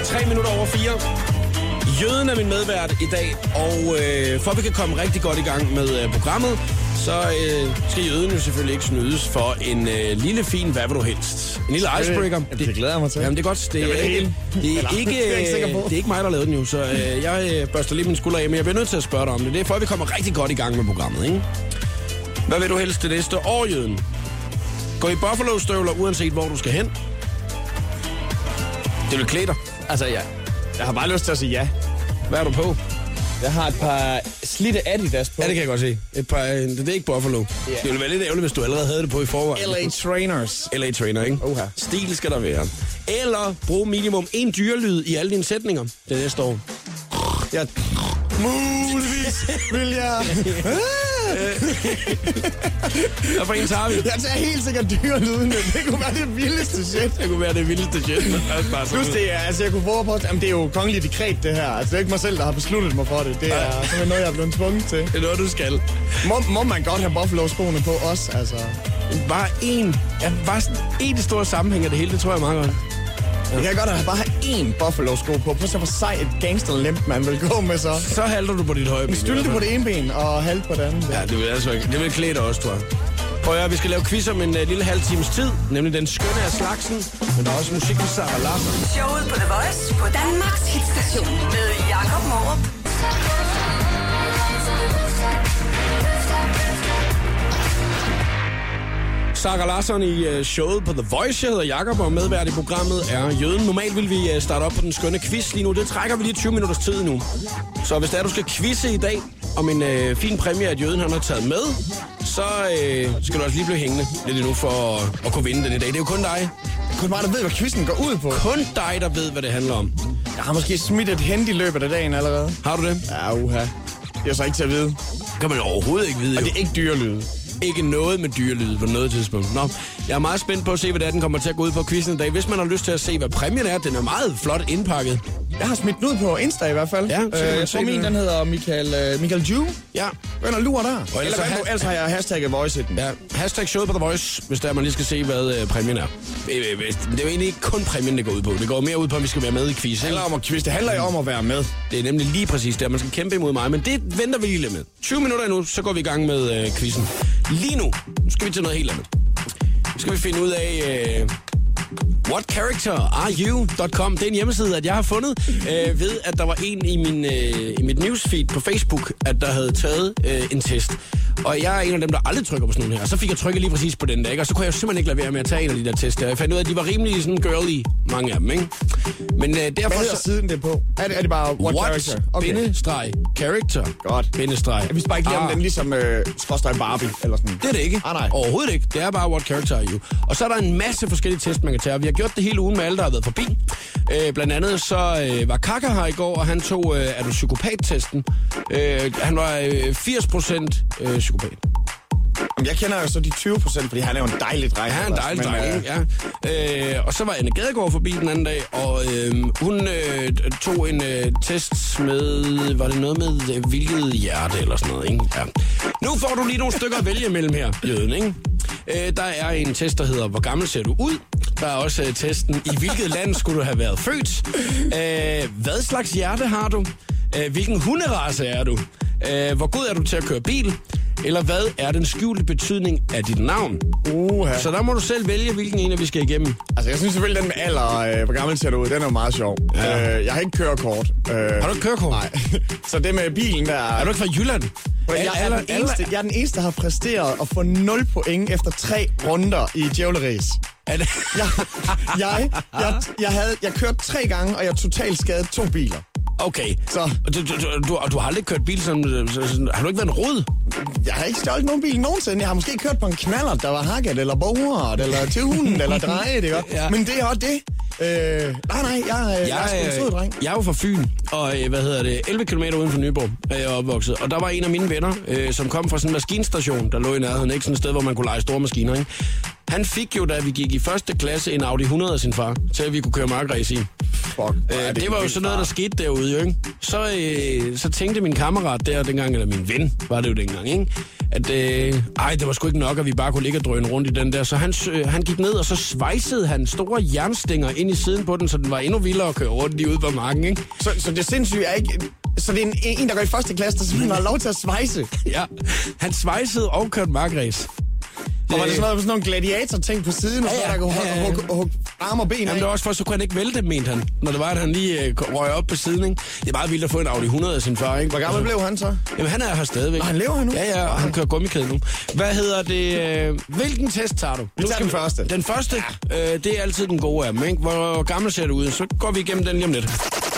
3 minutter over 4. Jøden er min medvært i dag, og for at vi kan komme rigtig godt i gang med programmet, så skal Jøden jo selvfølgelig ikke snydes for en lille fin hvad vil du helst. En lille icebreaker. Det glæder jeg mig til. Jamen det er godt. Det er ikke mig, der lavede den jo, så jeg børster lige min skulder af, men jeg bliver nødt til at spørge dig om det. Det er for, at vi kommer rigtig godt i gang med programmet, ikke? Hvad vil du helst det næste år, Jøden? Gå i Buffalo-støvler, uanset hvor du skal hen? Det vil klæde dig. Altså, ja. Jeg har bare lyst til at sige ja. Hvad er du på? Jeg har et par slidte Adidas på. Ja, det kan jeg godt se. Det er ikke Buffalo. Yeah. Det ville være lidt ærgerligt, hvis du allerede havde det på i forvejen. LA Trainers. LA Trainer, ikke? Oha. Stil skal der være. Eller brug minimum 1 dyrelyd i alle dine sætninger det næste år. Ja. Muligvis vil jeg... Hvad for en tager vi? Jeg tager helt sikkert dyrelyden. Det kunne være det vildeste shit. Det kunne være det vildeste shit. Plus det er, altså jeg kunne prøve på, det er jo kongeligt dekret det her. Altså det er ikke mig selv, der har besluttet mig for det. Det er simpelthen noget, jeg er blevet tvunget til. Det er noget, du skal. Må man godt have Buffalo-skoene på os, altså? Bare en stor sammenhæng af det hele, det tror jeg meget godt. Jeg kan godt bare have én Buffalo-sko på. Prøv så hvor sej et gangsterlemp, man vil gå med så. Så halter du på dit højre ben. Stylte på det ene ben og halvt på det andet. Ja, det vil altså ikke. Det vil klæde dig også, tror jeg. Prøv at høre, vi skal lave quiz om en lille halv times tid. Nemlig den skønne af slagsen. Men der er også musik med Sarah Larsson. Showet på The Voice på Danmarks hitstation med Jakob Morup. Sarah Larsson i showet på The Voice. Jeg hedder Jakob, og medvært i programmet er Jøden. Normalt vil vi starte op på den skønne quiz lige nu. Det trækker vi lige 20 minutters tid nu. Så hvis du skal quizze i dag om en fin præmie, at Jøden han har taget med, så skal du altså lige blive hængende lidt endnu for at kunne vinde den i dag. Det er jo kun dig. Kun mig, der ved, hvad quizzen går ud på. Kun dig, der ved, hvad det handler om. Jeg har måske smidt et hent i løbet af dagen allerede. Har du det? Ja, uha. Det er så ikke til at vide. Kan man overhovedet ikke vide. Og det er ikke dyrelyde. Ikke noget med dyrelyd på noget tidspunkt. Nå, jeg er meget spændt på at se, hvad det er, den kommer til at gå ud på quizzen i dag. Hvis man har lyst til at se, hvad præmien er, den er meget flot indpakket. Jeg har smidt den ud på Insta i hvert fald. Ja, jeg tror min, den hedder Michael Ju. Ja. Hvem er lurer der? Og ellers har jeg hashtagget Voice i den. Ja, hashtag showet på The Voice, hvis der man lige skal se, hvad præmien er. Det er jo egentlig ikke kun præmien, det går ud på. Det går mere ud på, at vi skal være med i quiz. Det handler jo om at være med. Det er nemlig lige præcis det, man skal kæmpe imod mig. Men det venter vi lige lidt med. 20 minutter endnu, så går vi i gang med quizzen. Lige nu skal vi til noget helt andet. Nu skal vi finde ud af... whatcharacterareyou.com. Det er en hjemmeside, at jeg har fundet ved, at der var en i mit newsfeed på Facebook, at der havde taget en test. Og jeg er en af dem, der aldrig trykker på sådan nogle her. Så fik jeg trykket lige præcis på den der, ikke? Og så kunne jeg jo simpelthen ikke lade være med at tage en af de der tests der. Jeg fandt ud af, at de var rimelig sådan girly, mange af dem, ikke? Men derfor... Hvad hedder siden det på? Er det bare What-character? Okay. Character. Godt. Bindestreg. Jeg vidste bare ikke lige, om den ligesom skråstreg Barbie eller sådan. Det er det ikke. Nej. Overhovedet ikke. Det er bare what character are you. Og så er der en masse forskellige tests, man kan tage. Vi har gjort det hele ugen med alle, der har været forbi. Blandt andet så var Kaka her i går, og han tog er du psykopat-testen. Han var 80% psykopat. Jeg kender jo så de 20%, fordi han er jo en dejlig dreng. Han er en dejlig dreng, ja. Og så var Anne Gadegaard forbi den anden dag, og hun tog en test med, var det noget med hvilket hjerte eller sådan noget, ikke? Ja. Nu får du lige nogle stykker at vælge imellem her, Jøden, ikke? Der er en test, der hedder, hvor gammel ser du ud? Der er også testen, i hvilket land skulle du have været født? Hvad slags hjerte har du? Hvilken hunderace er du? Hvor god er du til at køre bil? Eller hvad er den skjulte betydning af dit navn? Så der må du selv vælge, hvilken en af vi skal igennem. Altså, jeg synes selvfølgelig, den med alder, hvor gammel ser du ud, den er jo meget sjov. Ja. Jeg har ikke kørekort. Har du ikke kørekort? Nej. Så det med bilen der... Er du ikke fra Jylland? Jeg er den eneste, der har præsteret at få 0 point efter 3 runder i djævleræs. Jeg kørte 3 gange, og jeg totalt skadet 2 biler. Okay. Så. Du har aldrig kørt bil som... Har du ikke været en rod? Jeg har ikke stjålet nogen bil nogensinde. Jeg har måske kørt på en knallert, der var hakket, eller boret, eller tunen, eller drejet, ikke? Ja. Men det er også det. Nej, jeg er sgu en sød dreng. Jeg er jo fra Fyn, og 11 km uden for Nyborg er jeg opvokset. Og der var en af mine venner, som kom fra sådan en maskinstation, der lå i nærheden. Ikke sådan et sted, hvor man kunne lege store maskiner, ikke? Han fik jo, da vi gik i 1. klasse, en Audi 100 af sin far, til at vi kunne køre markræs i. Det var jo sådan noget, der skete derude, jo, ikke? Så tænkte min kammerat der dengang, eller min ven, var det jo dengang, ikke? At det var sgu ikke nok, at vi bare kunne ligge og drøne rundt i den der. Så han gik ned, og så svejsede han store jernstænger ind i siden på den, så den var endnu vildere at køre rundt i ude på marken, ikke? Så det sindssyge er ikke... Så det er en der går i første klasse, der simpelthen har lov til at svejse? Ja, han svejsede og kørte markræs. Og var det sådan nogle gladiator-ting på siden, og der kunne hugge arme og ben af? Jamen, det var også for, så kunne han ikke vælte, mente han, når det var, at han lige røg op på siden, ikke? Det er meget vildt at få en Audi 100 af sin far, ikke? Hvor gammel blev han så? Jamen, han er her stadigvæk. Og han lever her nu? Ja, og han kører gummikæde nu. Hvad hedder det? Hvilken test tager du? Vi tager den første. Den første, det er altid den gode af dem, ikke? Hvor gammel ser det ud? Så går vi igennem den lige om lidt.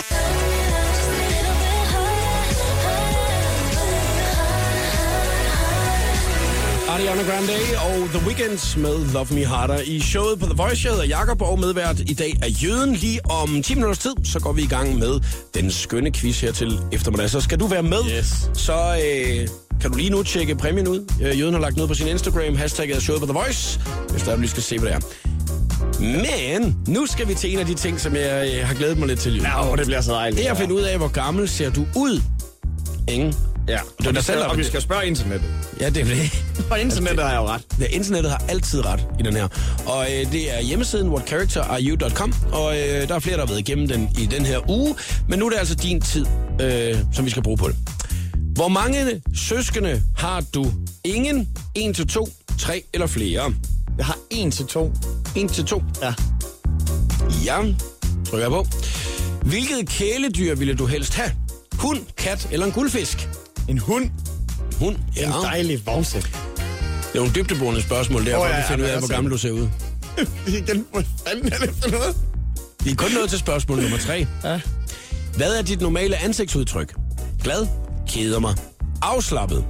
Ariana Grande og The Weeknd med Love Me Harder i showet på The Voice. Jeg hedder Jakob, og medvært i dag er Jøden. Lige om 10 minutters tid, så går vi i gang med den skønne quiz her til eftermiddag. Så skal du være med, så kan du lige nu tjekke præmien ud. Jøden har lagt noget på sin Instagram, hashtagget er showet på The Voice, hvis der er, du lige skal se, hvad det er. Men nu skal vi til en af de ting, som jeg har glædet mig lidt til. Ja, det bliver så dejligt. Det er at finde ud af, hvor gammel ser du ud. Ingen? Ja, og vi skal spørge internettet. Ja, det er det. Og internettet har jo ret. Ja, internettet har altid ret i den her. Og det er hjemmesiden whatcharacterareyou.com, og der er flere, der har været igennem den i den her uge. Men nu er det altså din tid, som vi skal bruge på det. Hvor mange søskende har du? Ingen, 1 til 2, 3 eller flere? Jeg har 1 til 2. 1 til 2? Ja. Ja, trykker jeg på. Hvilket kæledyr ville du helst have? Hund, kat eller en guldfisk? En hund. Hund, ja. En dejlig vovse. Det er jo en dybdeborende spørgsmål der, hvor vi finder ud af, hvor gammel du ser ud. Igen, hvor fanden er det for noget? Vi er kun nået til spørgsmål nummer 3. Ja. Hvad er dit normale ansigtsudtryk? Glad? Keder mig? Afslappet?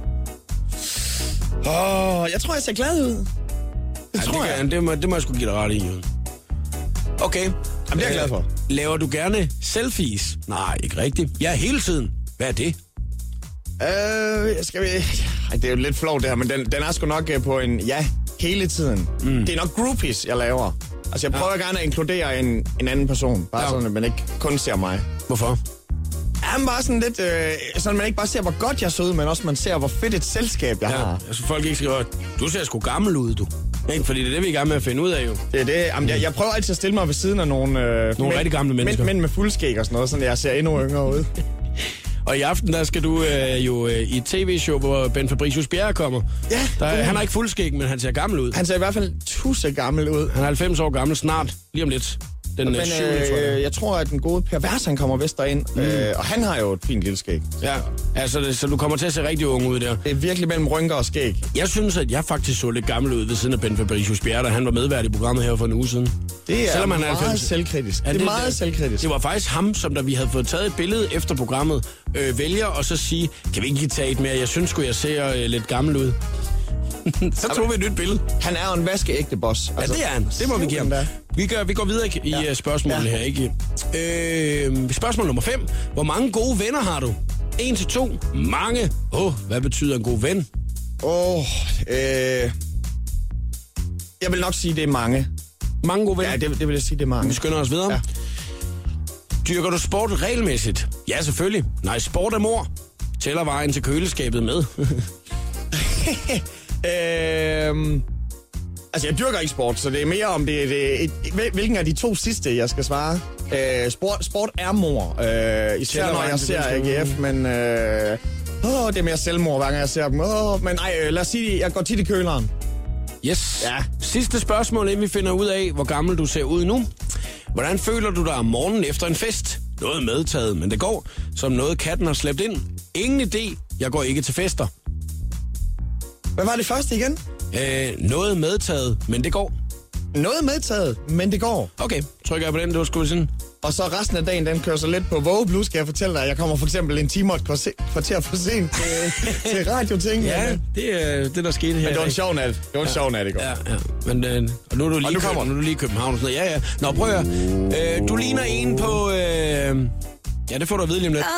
Jeg tror, jeg ser glad ud. Det må jeg sgu give dig ret i. Okay. Jamen, det er jeg glad for. Laver du gerne selfies? Nej, ikke rigtigt. Ja, hele tiden. Hvad er det? Det er jo lidt flot det her, men den er sgu nok på en hele tiden. Det er nok groupies, jeg laver. Altså, jeg prøver gerne at inkludere en anden person. Bare sådan, at man ikke kun ser mig. Hvorfor? Jamen bare sådan lidt, sådan man ikke bare ser, hvor godt jeg så ud, men også man ser, hvor fedt et selskab jeg har. Altså folk ikke skriver, du ser sgu gammel ud, du. Ikke? Fordi det er det, vi er i gang med at finde ud af, jo. Det er det. Jamen, jeg prøver altid at stille mig ved siden af nogle rigtig gamle mennesker. Mænd med fuldskæg og sådan noget, så jeg ser endnu yngre ud. Og i aften, der skal du i et tv-show, hvor Ben Fabricius Bjerre kommer. Ja. Han har ikke fuldskæg, men han ser gammel ud. Han ser i hvert fald tusse gammel ud. Han er 90 år gammel snart, lige om lidt. Den 7. Jeg tror, at den gode Per Vers, han kommer vist derind. Og han har jo et fint lille skæg. Ja, altså, så du kommer til at se rigtig ung ud der. Det er virkelig mellem rynker og skæg. Jeg synes, at jeg faktisk så lidt gammel ud ved siden af Ben Fabricius Bjerre, da han var medvært i programmet her for en uge siden. Det er selvom han er meget selvkritisk. Det er meget selvkritisk. Det var faktisk ham, som da vi havde fået taget et billede efter programmet, vælger og så sige, kan vi ikke lige tage et mere? Jeg synes sgu, jeg ser lidt gammel ud. Så tog vi et nyt billede. Han er jo en vaskeægte boss. Altså, ja, det er han. Det må vi give ham. Vi går videre i spørgsmålene her, ikke? Spørgsmål nummer 5. Hvor mange gode venner har du? 1 til 2. Mange. Hvad betyder en god ven? Jeg vil nok sige, det er mange. Mange gode venner? Ja, det vil jeg sige, det er mange. Vi skynder os videre. Ja. Dyrker du sport regelmæssigt? Ja, selvfølgelig. Nej, sport er mor. Tæller vejen til køleskabet med. Altså, jeg dyrker ikke sport, så det er mere om hvilken af de 2 sidste, jeg skal svare. Sport er mor. Især når jeg ser AGF, men det er mere selvmord, hver gang jeg ser dem. Men lad os sige, jeg går tit i køleren. Yes. Ja. Sidste spørgsmål, inden vi finder ud af, hvor gammel du ser ud nu. Hvordan føler du dig om morgenen efter en fest? Noget medtaget, men det går, som noget katten har slæbt ind. Ingen idé, jeg går ikke til fester. Hvad var det første igen? Noget medtaget, men det går. Noget medtaget, men det går. Okay, trykker jeg på den, det var sgu sådan. Og så resten af dagen, den kører så lidt på Vogue Blues, skal jeg fortælle dig. Jeg kommer for eksempel en time og et kvarter for sent til radioting. Ja, det er det, der skete her. Men det var en sjov nat. Det var en sjov nat i går. Ja. Men og nu er du lige i København og sådan noget. Ja. Nå, prøv at høre. Du ligner en på... Ja, det får du at vide lige om lidt.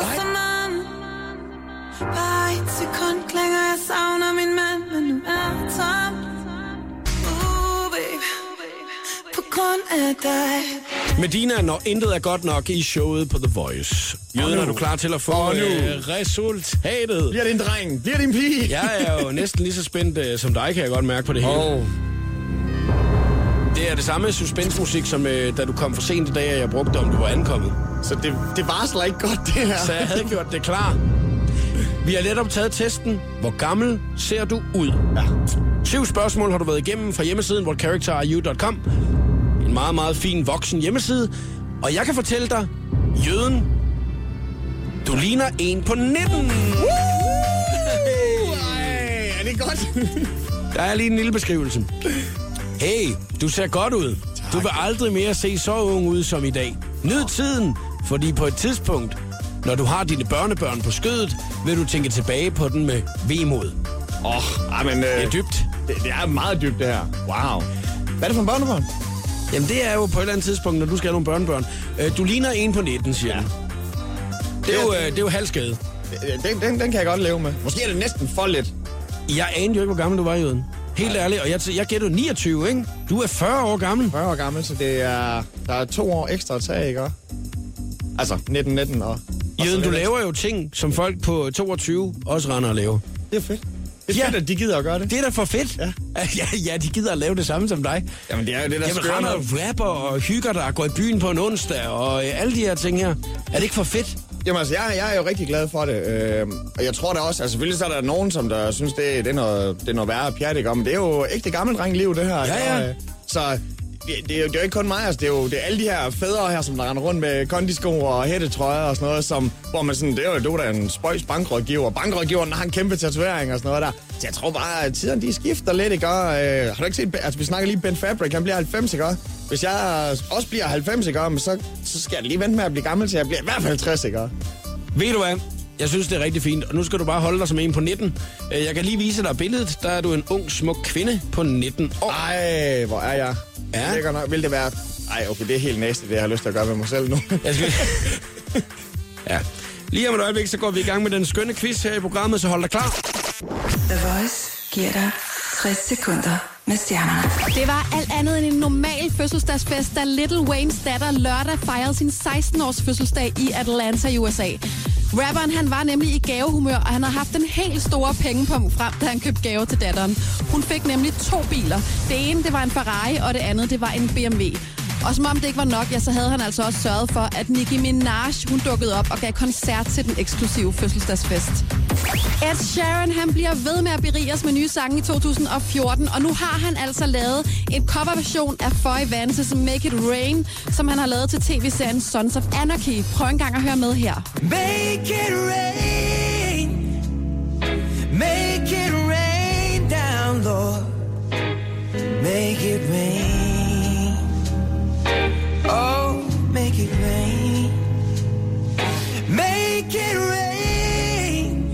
Bare et sekund klinger, jeg savner min mand, men nu er det tomt. Baby, på grund af dig. Medina, når intet er godt nok i showet på The Voice. Jøden, er du klar til at få resultatet? Bliver det en dreng? Bliver det en pige? Jeg er jo næsten lige så spændt som dig, kan jeg godt mærke på det hele. Det er det samme suspensemusik, som da du kom for sent i dag, og jeg brugte, om du var ankommet. Så det varsler ikke godt, det her. Så jeg havde gjort det klar. Vi har netop taget testen. Hvor gammel ser du ud? Ja. 7 spørgsmål har du været igennem fra hjemmesiden whatcharacterareyou.com. En meget, meget fin voksen hjemmeside. Og jeg kan fortælle dig, Jøden, du ligner en på 19. Er det godt? Der er lige en lille beskrivelse. Hey, du ser godt ud. Tak. Du vil aldrig mere se så ung ud som i dag. Nyd tiden, fordi på et tidspunkt, når du har dine børnebørn på skødet, vil du tænke tilbage på den med vemod. Men det er dybt. Det er meget dybt, det her. Wow. Hvad er det for en børnebørn? Jamen, det er jo på et eller andet tidspunkt, når du skal have nogle børnebørn. Du ligner en på 19, siger den. Det er jo halvskade. Den kan jeg godt leve med. Måske er det næsten for lidt. Jeg anede jo ikke, hvor gammel du var, Jøden. Helt ærligt, og jeg gætter 29, ikke? Du er 40 år gammel. 40 år gammel, så der er 2 år ekstra at tage, ikke? Altså, 19 og... Jøden, du laver jo ting, som folk på 22 også render og laver. Det er fedt. Det er fedt, at de gider at gøre det. Det er da for fedt. Ja, de gider at lave det samme som dig. Jamen, det er jo det, der skønner. Jamen, render og rapper og hygger dig og går i byen på en onsdag og alle de her ting her. Er det ikke for fedt? Jamen altså, jeg er jo rigtig glad for det, og jeg tror da også, altså selvfølgelig så er der nogen, som der synes, det er noget værre pjat, ikke? Men det er jo ægte gammeldrengliv, det her. Ja. Så det er jo ikke kun mig, altså det er alle de her fædre her, som der render rundt med kondisko og hættetrøjer og sådan noget, hvor man sådan, det er jo da en spøjs bankrådgiver. Bankrådgiveren har en kæmpe tatovering og sådan noget der. Så jeg tror bare, at tiderne de skifter lidt, ikke? Har du ikke set, altså vi snakker lige Ben Fabric, han bliver 90, ikke? Hvis jeg også bliver 90, ikke? Så skal jeg lige vente med at blive gammel, til jeg bliver i hvert fald 60, ikke? Ved du hvad? Jeg synes, det er rigtig fint, og nu skal du bare holde dig som en på 19. Jeg kan lige vise dig billedet. Der er du en ung, smuk kvinde på 19 år. Ej, hvor er jeg? Ja. Det nok. Vil det være... Ej, okay, det er helt næste, det jeg har lyst til at gøre med mig selv nu. Ja. Lige om et øjeblik, så går vi i gang med den skønne quiz her i programmet, så hold dig klar. The Voice giver dig 60 sekunder med stjernerne. Det var alt andet end en normal fødselsdagsfest, da Lil Waynes datter lørdag fejrede sin 16-års fødselsdag i Atlanta, i USA. Rapperen, han var nemlig i gavehumør, og han har haft en helt store pengepung frem, da han købte gave til datteren. Hun fik nemlig 2 biler. Det ene, det var en Ferrari, og det andet, det var en BMW. Og som om det ikke var nok, så havde han altså også sørget for, at Nicki Minaj, hun dukkede op og gav koncert til den eksklusive fødselsdagsfest. Ed Sheeran, han bliver ved med at berige os med nye sange i 2014, og nu har han altså lavet en coverversion af Foy Vance's Make It Rain, som han har lavet til tv-serien Sons of Anarchy. Prøv en gang at høre med her. Make it rain, make it rain down, Lord, make it rain. Oh, make it rain. Make it rain.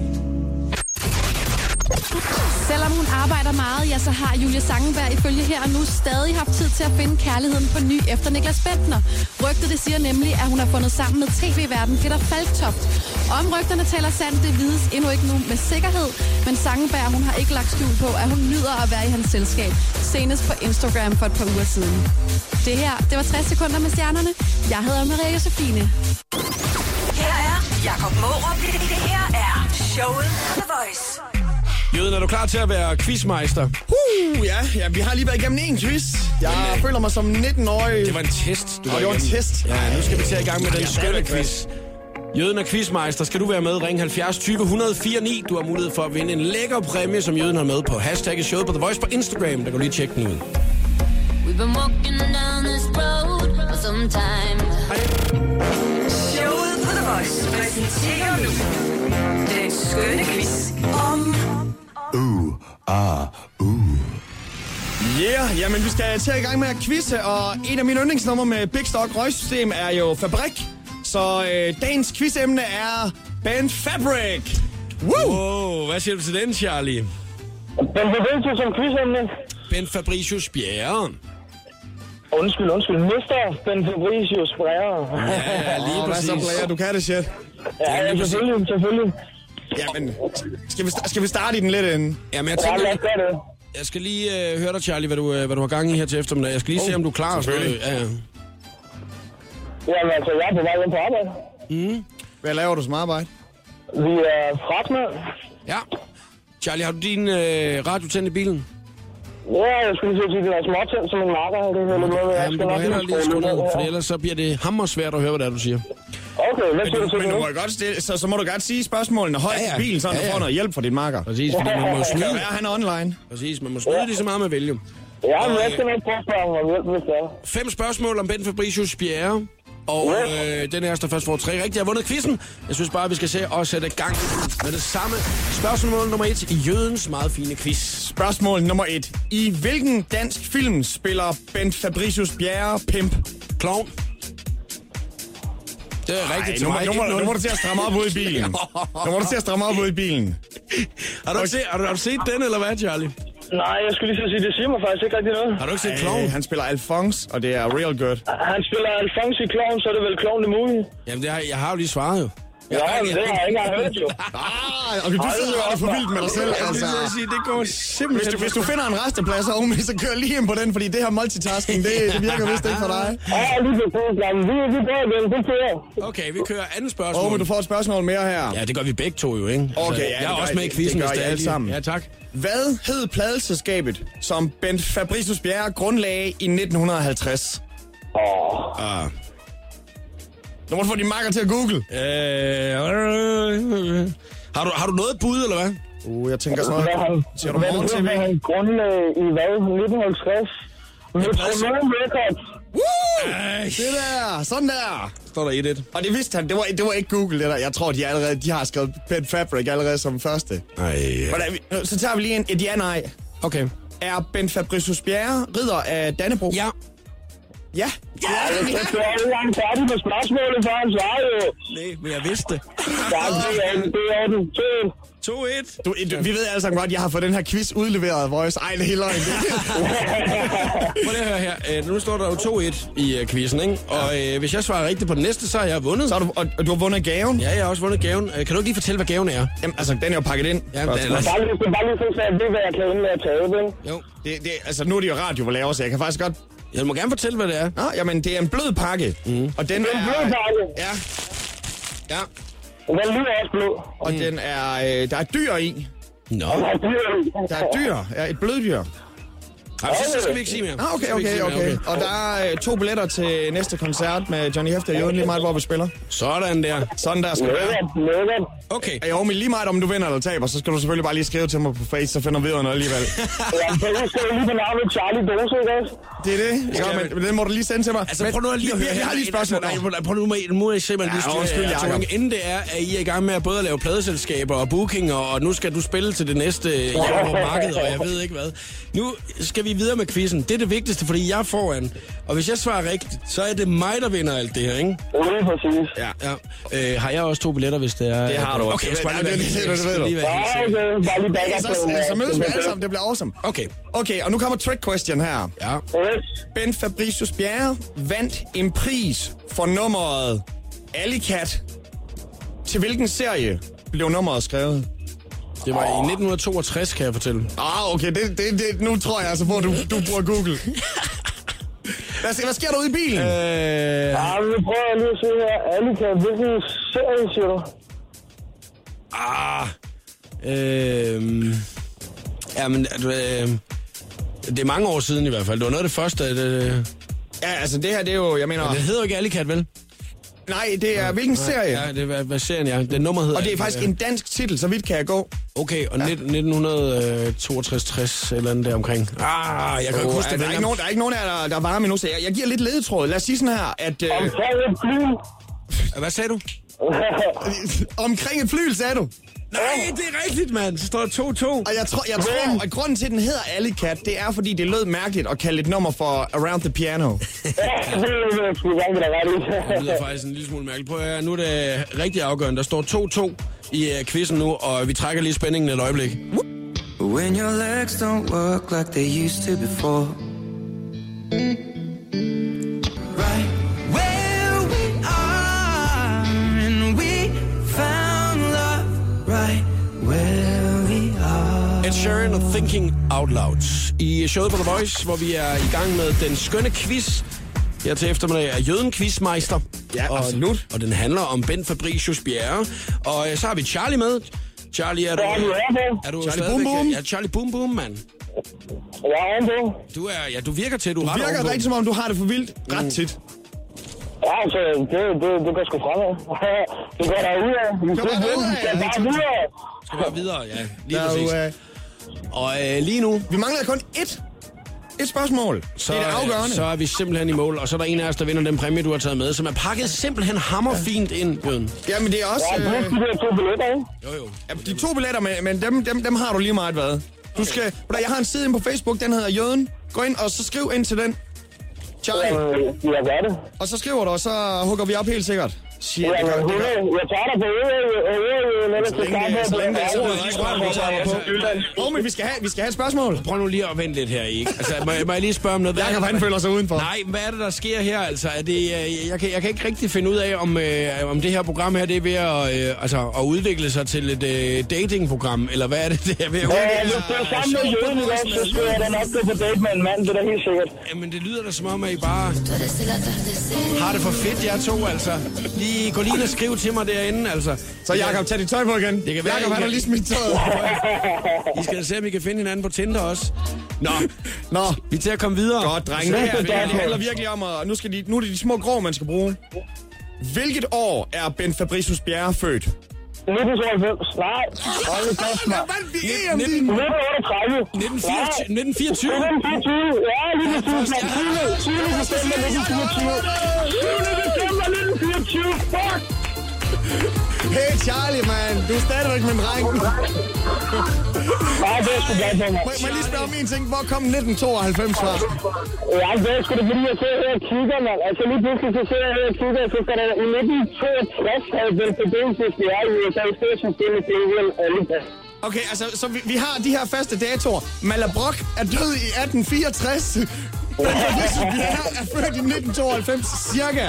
Selvom hun arbejder meget, ja, så har Julie Sangenberg ifølge her og nu stadig haft tid til at finde kærligheden på ny efter Niklas Bentner. Rygtet det siger nemlig, at hun har fundet sammen med tv-verden Peter Falktoft. Om rygterne taler sandt, det vides endnu ikke nu med sikkerhed, men Sangenberg, hun har ikke lagt skjul på, at hun nyder at være i hans selskab. Senest på Instagram for et par uger siden. Det her, det var 60 sekunder med stjernerne. Jeg hedder Maria Josefine. Her er Jakob Mårup. Det her er showet The Voice. Jøden, er du klar til at være quizmeister? Ja, vi har lige været igennem en quiz. Jeg føler mig som 19-årig. Det var en test, du var det var en test. Ja, nu skal vi til i gang med den skønne quiz. Jøden er quizmeister. Skal du være med? Ring 70 20 104 9. Du har mulighed for at vinde en lækker præmie, som Jøden har med på hashtagget showet på The Voice på Instagram. Der kan du lige tjekke den ud. We've been walking down this road for some time. Showet på The Voice præsenterer nu den skønne quiz om... Yeah, jamen vi skal til i gang med at quizze, og en af mine yndlingsnumre med Big Stock Røgsystem er jo Fabrik. Så dagens quizemne er Ben Fabric. Wow, hvad siger du til den, Charlie? Ben Fabricius som quizemne. Ben Fabricius Bjerre. Undskyld. Mr. Ben Fabricius Bjerre. Ja, lige præcis. Hvad så, player? Du kan det shit. Ja, selvfølgelig. Jamen, skal vi starte i den lidt inden? Jamen, jeg tænker... Jeg skal lige høre dig, Charlie, hvad du har gang i her til eftermiddag. Jeg skal lige se, om du er klar. Selvfølgelig. Ja. Jamen altså, jeg er på vej hjem på arbejde. Hvad laver du som arbejde? Vi er fragtmand. Ja. Charlie, har du din radio tændt i bilen? Ja, jeg skulle lige sige, at det er småtændt som en marker. Det er lidt noget, Jamen, du må hellere lige skrue ned, for ellers så bliver det hammersvært at høre, hvad det er, du siger. Okay, hvad siger du til Men du må godt stille, så må du godt sige spørgsmålene højt i bilen, så du får noget hjælp fra din makker. Præcis, fordi man må jo snyde. Ja, han er online. Præcis, man må snyde lige så meget med vælge. Ja, men jeg skal nok prøve at spørge om hjælp, hvis det er. 5 spørgsmål om Ben Fabricius Bjerre. Og den her, der først får 3 rigtige, har vundet quizzen. Jeg synes bare, vi skal se og sætte gang med det samme. Spørgsmål nummer 1 i Jødens meget fine quiz. Spørgsmål nummer 1. I hvilken dansk film spiller Ben Fabricius Bjerre pimp? Clown. Det er rigtigt til mig. Nu må du til at stramme op ude i bilen. Nu må du til at stramme op ude i bilen. Har du set den, eller hvad, Charlie? Nej, jeg skulle lige så sige, det siger mig faktisk ikke rigtig noget. Har du ikke set Clown? Han spiller Alphonse, og det er real good. Han spiller Alphonse i Clown, så er det vel Clown the Movie? Jamen, jeg har jo lige svaret jo. Ja, men det har jeg ikke engang hørt jo. Og du sidder og er for vildt med dig selv. Altså. Det går simpelthen... Hvis du finder en resteplads oven, så kør lige ind på den, fordi det her multitasking, det virker vist ikke for dig. Ja, lige på programmet. Vi prøver den, det kører. Okay, vi kører andet spørgsmål. Men du får et spørgsmål mere her. Ja, det gør vi begge to jo, ikke? Okay, ja, jeg er også med i quizzen, det gør I alle sammen. Ja, tak. Hvad hed pladeselskabet, som Ben Fabricius Bjerre grundlagde i 1950? Nu må du få din makker til at google. Har du noget bud, eller hvad? Jeg tænker sådan noget. Siger du morgen TV? Hvad han grundlagde i hvad? 1950? Metronome Records. Det der, sådan der. Står der 1-1. Og det vidste han, det var ikke Google det der. Jeg tror, de har skrevet Ben Fabric allerede som første. Så tager vi lige et ja-nej. Okay. Er Ben Fabricius Bjerre ridder af Dannebrog? Ja. Ja, det er jo ikke engang færdig med spørgsmålet, for han svarer jo. Nej, men jeg vidste det. Ja, det er den. 2-1. Vi ved alle sammen godt, at jeg har fået den her quiz udleveret, Voice. Ej, det er helt løgn. Prøv lige at høre her. Nu står der jo 2-1 i quizzen, ikke? Og hvis jeg svarer rigtigt på den næste, så har jeg vundet. Så og du har vundet gaven? Ja, jeg har også vundet gaven. Kan du ikke lige fortælle, hvad gaven er? Jamen, altså, den er jo pakket ind. Ja, bare lige så jeg ved, hvad jeg kan inde med at tage den. Jo. Altså, nu er det jo radio, hvor laver, så jeg kan faktisk godt... Jeg må gerne fortælle, hvad det er. Nå, jamen, det er en blød pakke. Og den Det er en blød pakke. Ja. Den lyder også blød. Og den er... der er dyr i. Nå. Der er dyr. Ja, et bløddyr. Så skal vi ikke sige mere. Okay. Og der er 2 billetter til næste koncert med Johnny Hefter Jøden, lige meget hvor vi spiller. Sådan der. Sådan der skal det være. Okay. Jo, men lige meget om du vinder eller taber, så skal du selvfølgelig bare lige skrive til mig på Face, så finder vi noget alligevel. Ja, så skal jeg lige på navnet Charlie Dose, ikke også? Det er det. Ja, men den må du lige sende til mig. Altså, prøv nu lige at høre. Jeg har lige et spørgsmål. Prøv nu at simpelthen lige styre. Inden det er, at I er i gang med at både lave pladeselskaber og booking, og nu skal du spille til det næste marked, og jeg ved ikke hvad. Nu skal vi videre med quizzen. Det er det vigtigste, fordi jeg er foran. Og hvis jeg svarer rigtigt, så er det mig, der vinder alt det her, ikke? Lige præcis. Ja. Har jeg også 2 billetter, hvis det er... Det har du. Okay, jeg skal bare lige så mødes vi alle sammen. Det bliver awesome. Okay, og nu kommer trick question her. Ja. Ben Fabricius Bjerre vandt en pris for nummeret Alicat. Til hvilken serie blev nummeret skrevet? Det var i 1962, kan jeg fortælle. Okay, nu tror jeg altså på, at du bruger Google. Hvad sker der ude i bilen? Vi prøver lige at se her. Alicat, hvilken serie siger du? Jamen, det er mange år siden i hvert fald. Det var noget af det første. Ja, altså det her, det er jo, jeg mener... Men det hedder jo ikke Alicat, vel? Nej, det er hvilken serie? Ja, det er hvad serien er. Det nummer hedder... Og det er faktisk en dansk titel, så vidt kan jeg gå. Okay, og 1962-60 eller andet der omkring. Jeg kan ikke huske det. Der er ikke nogen af jer, der er varme endnu, så jeg giver lidt ledetråd. Lad os sige sådan her, at... Hvad sagde du? Omkring et flyl, sagde du? Nej, det er rigtigt, mand. Så står der 2-2. Og jeg tror, at grunden til, at den hedder Alicat, det er, fordi det lød mærkeligt at kalde et nummer for Around the Piano. Det lyder faktisk en lille smule mærkeligt. Prøv at høre, nu er det rigtig afgørende. Der står 2-2 i quizzen nu, og vi trækker lige spændingen et øjeblik. When your legs don't work like they used to before. Right where we are, and we found love right where we are. Ed Sheeran og Thinking Out Loud. I showet på The Voice, hvor vi er i gang med den skønne quiz. Her til eftermiddag er Jøden quizmeister Ja, absolut. Og den handler om Ben Fabricius Bjerre. Og så har vi Charlie med. Charlie, er du Charlie stadigvæk... Boom Boom? Ja, Charlie Boom Boom, mand. Du virker til, du virker rigtig, som om du har det for vildt ret tit. Ja, altså, det går sgu fremad. Det går derudad. Skal bare videre, ja. Lige præcis. Og lige nu... Vi mangler kun et spørgsmål. Så, det er det afgørende. Så er vi simpelthen i mål, og så er der en af os, der vinder den præmie, du har taget med, som er pakket simpelthen hammerfint ind, Jøden. Ja, men det er også... Ja, de der 2 billetter, ikke? Jo. Ja, de 2 billetter, men dem har du lige meget været. Du skal... Jeg har en side inde på Facebook, den hedder Jøden. Gå ind, og så skriv ind til den. Charlie. Jeg gør det. Og så skriver du, og så hugger vi op helt sikkert. Ja, jeg tager dig på men vi skal have et spørgsmål. Prøv nu lige at vente lidt her, ikke? Altså, må jeg lige spørge om noget? Jakob, han føler sig udenfor. Nej, hvad er det, der sker her? Altså, er det, jeg kan ikke rigtig finde ud af, om det her program her, det er ved at udvikle sig til et datingprogram, eller hvad er det, det er ved at udvikle sig? Ja, hvis det er sammen med Jøden i dag, så skal jeg da nok gå på date med en mand, det er da helt sikkert. Jamen, det lyder da som om, at I bare har det for fedt, jer to, altså. Gå lige og skriv til mig derinde, altså. Så Jakob, tag dit tøj på igen. Det kan være, Jakob, han har lige smidt tøjet. I skal se, om I kan finde hinanden på Tinder også. Nå. Vi er til at komme videre. Godt, drenge. Det handler virkelig om, at nu er det de små grå, man skal bruge. Hvilket år er Ben Fabricius Bjerre født? 1992. Nej. Hold det fast, mand. 1938. 1924. 1924. Ja, lige præcis, mand. 20. december 1924. 20. december 1924. Fuck! Hey Charlie, man. Du er stadigvæk min dreng. Nej, det er sgu glad for mig. Må jeg lige spørge om en ting? Hvor kom 1992 fra? Ja, det er sgu da fordi, jeg ser her og kigger, mand. Altså lige pludselig så ser jeg her og kigger, så skal der i 1962 have den forbindelse, det er i USA i stedssystemet til England. Okay, altså, så vi har de her faste datoer. Malabrock er død i 1864. Ben Fabricius Bjerre er født i 1992, cirka.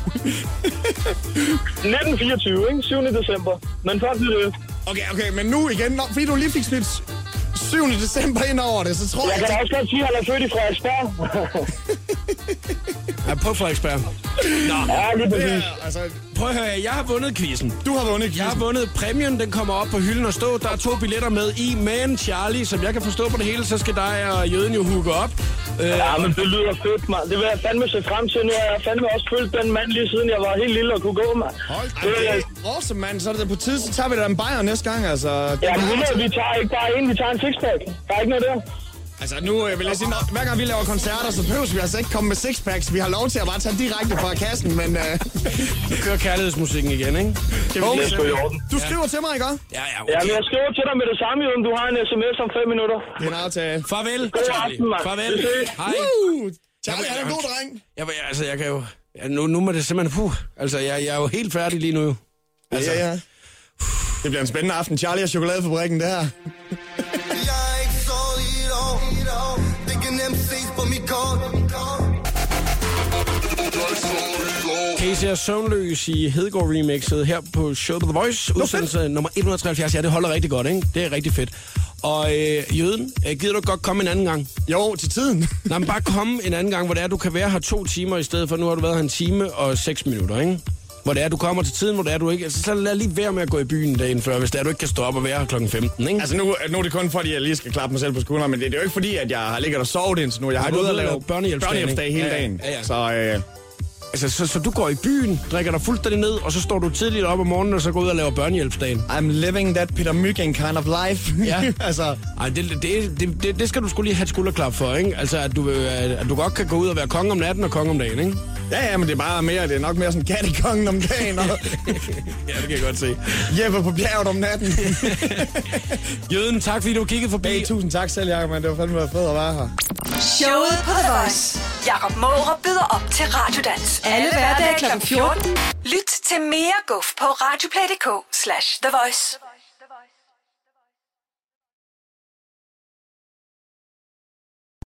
1924, ikke? 7. december. Men først det. Okay, men nu igen, fordi du lige fik smidt 7. december ind over det, så tror jeg... Jeg kan også godt sige, at han er født i Frederiksberg. Ja, på Frederiksberg. Nå. Ja, lige præcis. Altså, prøv at høre, jeg har vundet quizzen. Du har vundet quizzen. Jeg har vundet præmien, den kommer op på hylden og stå. Der er 2 billetter med i, men Charlie, som jeg kan forstå på det hele, så skal dig og Jøden jo hooke op. Ja, men det lyder fedt, mand. Det vil jeg fandme se frem til. Nu har jeg fandme også følt den mand lige siden jeg var helt lille og kunne gå, mand. Hold da. Awesome, mand. Så er det på tide, så tager vi da en bajer næste gang, altså. Ja, men vi tager ikke bare en, vi tager en sixpack. Der er ikke noget der. Altså nu vil jeg sige, hver gang vi laver koncerter, så behøver vi altså ikke komme med sixpacks. Vi har lov til at bare tage direkte fra kassen, men... Du kører kærlighedsmusikken igen, ikke? Det er sgu i orden. Du skriver til mig, ikke? Ja, okay. Ja, men jeg skriver til dig med det samme, Jørgen. Du har en sms om 5 minutter. Det er en aftale. Farvel, Charlie. Farvel. Hej. Charlie, han er en god dreng. Jeg kan jo... Ja, nu må det simpelthen... Altså, jeg er jo helt færdig lige nu, jo. Altså. Ja. Det bliver en spændende aften. Charlie og chokoladefabrikken, det her. Casey er søvnløs i Hedegaard-remixet her på Show The Voice. Udsendelse nummer 173. Ja, det holder rigtig godt, ikke? Det er rigtig fedt. Og Jøden, gider du godt komme en anden gang? Jo, til tiden. Nej, men bare komme en anden gang, hvor det er, du kan være her 2 timer i stedet for. Nu har du været her 1 time og 6 minutter, ikke? Hvor det er, du kommer til tiden, hvor det er, du ikke... Altså, så lad lige være med at gå i byen dagen før, hvis det er, du ikke kan stå op og være her klokken 15, ikke? Altså, nu er det kun fordi, jeg lige skal klappe mig selv på skulderen, men det er jo ikke fordi, at jeg har ligget og sovet indtil nu. Jeg har gået ud og lavet børnehjælpsdag hele dagen. Ja. Så... Altså, så du går i byen, drikker dig fuldstændig ned, og så står du tidligt op om morgenen, og så går ud og laver børnehjælpsdagen. I'm living that Peter Mygind kind of life. Ja. Altså. Ej, det skal du sgu lige have et skulderklap for, ikke? Altså, at du godt kan gå ud og være konge om natten og konge om dagen, ikke? Ja, men det er nok mere sådan kattekongen om dagen. Og... ja, det kan jeg godt se. Jeppe på bjerget om natten. Jøden, tak fordi du kiggede forbi. Hey, tusind tak selv, Jacob, man. Det var fandme fedt at være her. Showet på The Voice. Jakob Mårup byder op til Radiodans. Alle hverdage kl. 14. Lyt til mere guf på radioplay.dk/The Voice.